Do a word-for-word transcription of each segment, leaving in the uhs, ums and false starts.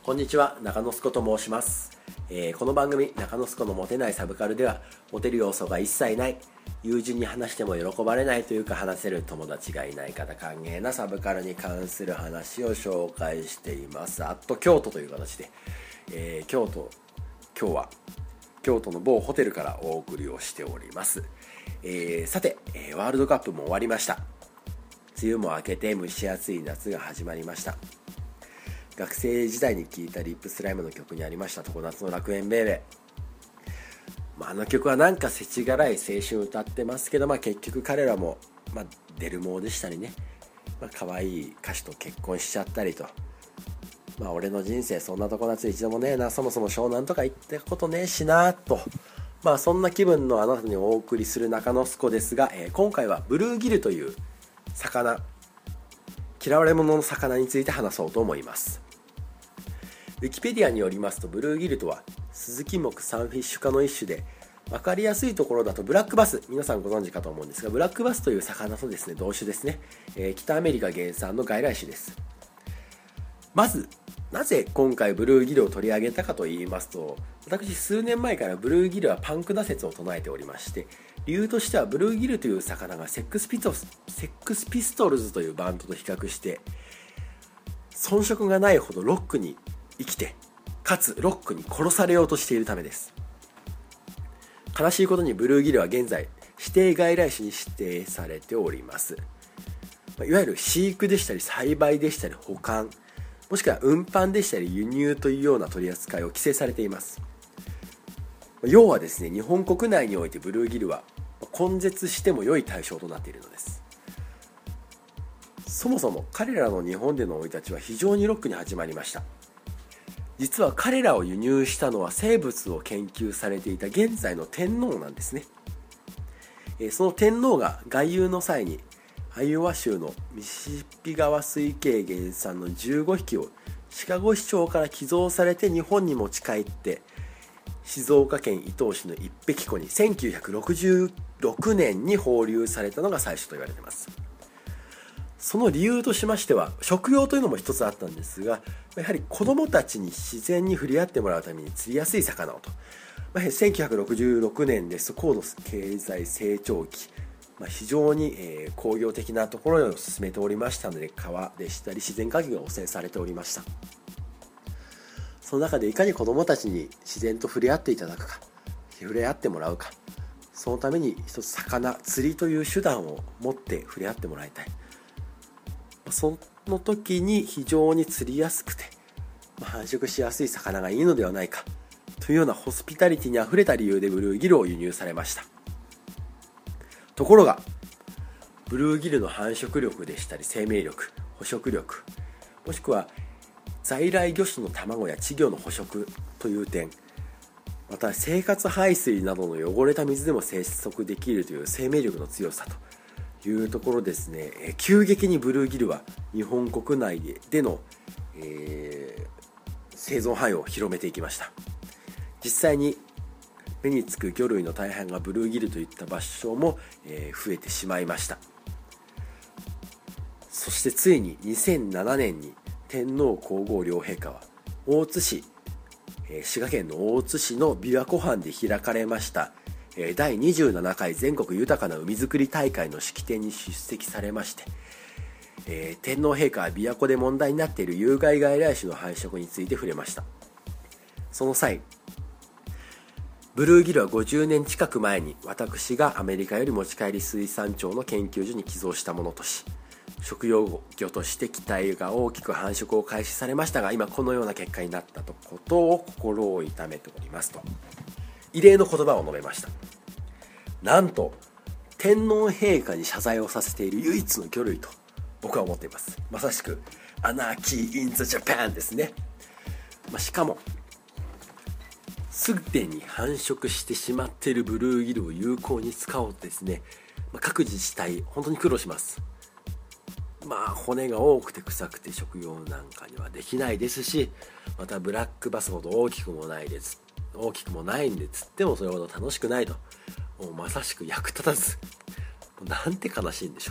こんにちは、中野すこと申します、えー、この番組中野すこのモテないサブカルでは、モテる要素が一切ない、友人に話しても喜ばれないというか話せる友達がいない方歓迎なサブカルに関する話を紹介しています。アット京都という形で、えー、京都今日は京都の某ホテルからお送りをしております。えー、さて、えー、ワールドカップも終わりました。梅雨も明けて蒸し暑い夏が始まりました。学生時代に聴いたリップスライムの曲にありました常夏の楽園ベイベー、まあ、あの曲はなんか世知辛い青春歌ってますけど、まあ、結局彼らも、まあ、デルモーでしたりね、まあ、可愛い歌手と結婚しちゃったりと、まあ俺の人生そんな常夏一度もねえな、そもそも湘南とか行ったことねえしなと、まあそんな気分のあなたにお送りする中野すこですが、えー、今回はブルーギルという魚、嫌われ者の魚について話そうと思います。ウィキペディアによりますと、ブルーギルとはスズキ目サンフィッシュ科の一種で、分かりやすいところだとブラックバス、皆さんご存知かと思うんですが、ブラックバスという魚とですね同種ですね、えー、北アメリカ原産の外来種です。まずなぜ今回ブルーギルを取り上げたかと言いますと、私数年前からブルーギルはパンク打説を唱えておりまして、理由としてはブルーギルという魚がセックスピストルズ、セックスピストルズというバンドと比較して遜色がないほどロックに生きて、かつロックに殺されようとしているためです。悲しいことにブルーギルは現在指定外来種に指定されております。いわゆる飼育でしたり栽培でしたり保管、もしくは運搬でしたり輸入というような取り扱いを規制されています。要はですね、日本国内においてブルーギルは根絶しても良い対象となっているのです。そもそも彼らの日本での生い立ちは非常にロックに始まりました。実は彼らを輸入したのは生物を研究されていた現在の天皇なんですね。その天皇が外遊の際にアイオワ州のミシシッピ川水系原産のじゅうごひきをシカゴ市長から寄贈されて日本に持ち帰って、静岡県伊東市の一碧湖にせんきゅうひゃくろくじゅうろくねんに放流されたのが最初と言われています。その理由としましては、食用というのも一つあったんですが、やはり子どもたちに自然に触れ合ってもらうために釣りやすい魚をと、まあ、せんきゅうひゃくろくじゅうろくねんですと高度経済成長期、まあ、非常に、えー、工業的なところを進めておりましたので、川でしたり自然環境が汚染されておりました。その中でいかに子どもたちに自然と触れ合っていただくか、触れ合ってもらうか、そのために一つ魚、釣りという手段を持って触れ合ってもらいたい。その時に非常に釣りやすくて、まあ、繁殖しやすい魚がいいのではないかというようなホスピタリティにあふれた理由でブルーギルを輸入されました。ところがブルーギルの繁殖力でしたり生命力、捕食力、もしくは在来魚種の卵や稚魚の捕食という点、また生活排水などの汚れた水でも生息できるという生命力の強さというところですね、急激にブルーギルは日本国内での、えー、生存範囲を広めていきました。実際に目につく魚類の大半がブルーギルといった場所も、えー、増えてしまいました。そしてついににせんななねんに天皇皇后両陛下は大津市、えー、滋賀県の大津市の琵琶湖畔で開かれましただいにじゅうななかい全国豊かな海づくり大会の式典に出席されまして、えー、天皇陛下は琵琶湖で問題になっている有害外来種の繁殖について触れました。その際、ブルーギルはごじゅうねん近く前に私がアメリカより持ち帰り水産庁の研究所に寄贈したものとし、食用魚として期待が大きく繁殖を開始されましたが、今このような結果になったことを心を痛めておりますと異例の言葉を述べました。なんと天皇陛下に謝罪をさせている唯一の魚類と僕は思っています。まさしくアナーキー・イン・ザ・ジャパンですね。まあ、しかもすでに繁殖してしまっているブルーギルを有効に使おうとですね、まあ、各自治体本当に苦労します。まあ骨が多くて臭くて食用なんかにはできないですし、またブラックバスほど大きくもないです大きくもないんで釣ってもそれほど楽しくないと、もうまさしく役立たず、なんて悲しいんでしょ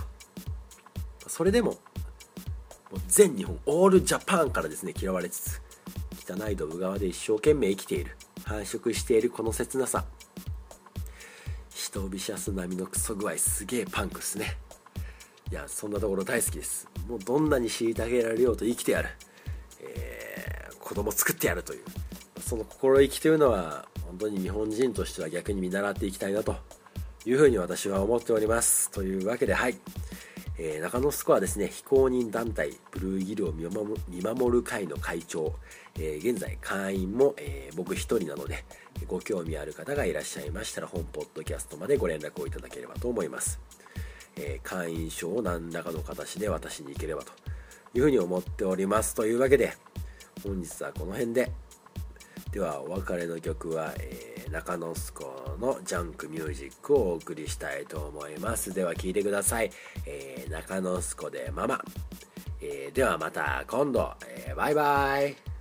う。それでももう全日本オールジャパンからですね嫌われつつ汚いドブ川で一生懸命生きている、繁殖しているこの切なさ、シトビシャス並みのクソ具合、すげえパンクっすね。いや、そんなところ大好きです。もうどんなに虐げられようと生きてやる、えー、子供作ってやるという、その心意気というのは本当に日本人としては逆に見習っていきたいなというふうに私は思っております。というわけで、はい、えー、中野スコはですね、非公認団体ブルーギルを見守る、見守る会の会長、えー、現在会員も、えー、僕一人なので、ご興味ある方がいらっしゃいましたら本ポッドキャストまでご連絡をいただければと思います。えー、会員証を何らかの形で渡しに行ければというふうに思っております。というわけで本日はこの辺で、ではお別れの曲は、えー、中野スコのジャンクミュージックをお送りしたいと思います。では聴いてください。えー、中野スコでママ、えー、ではまた今度、えー、バイバイ。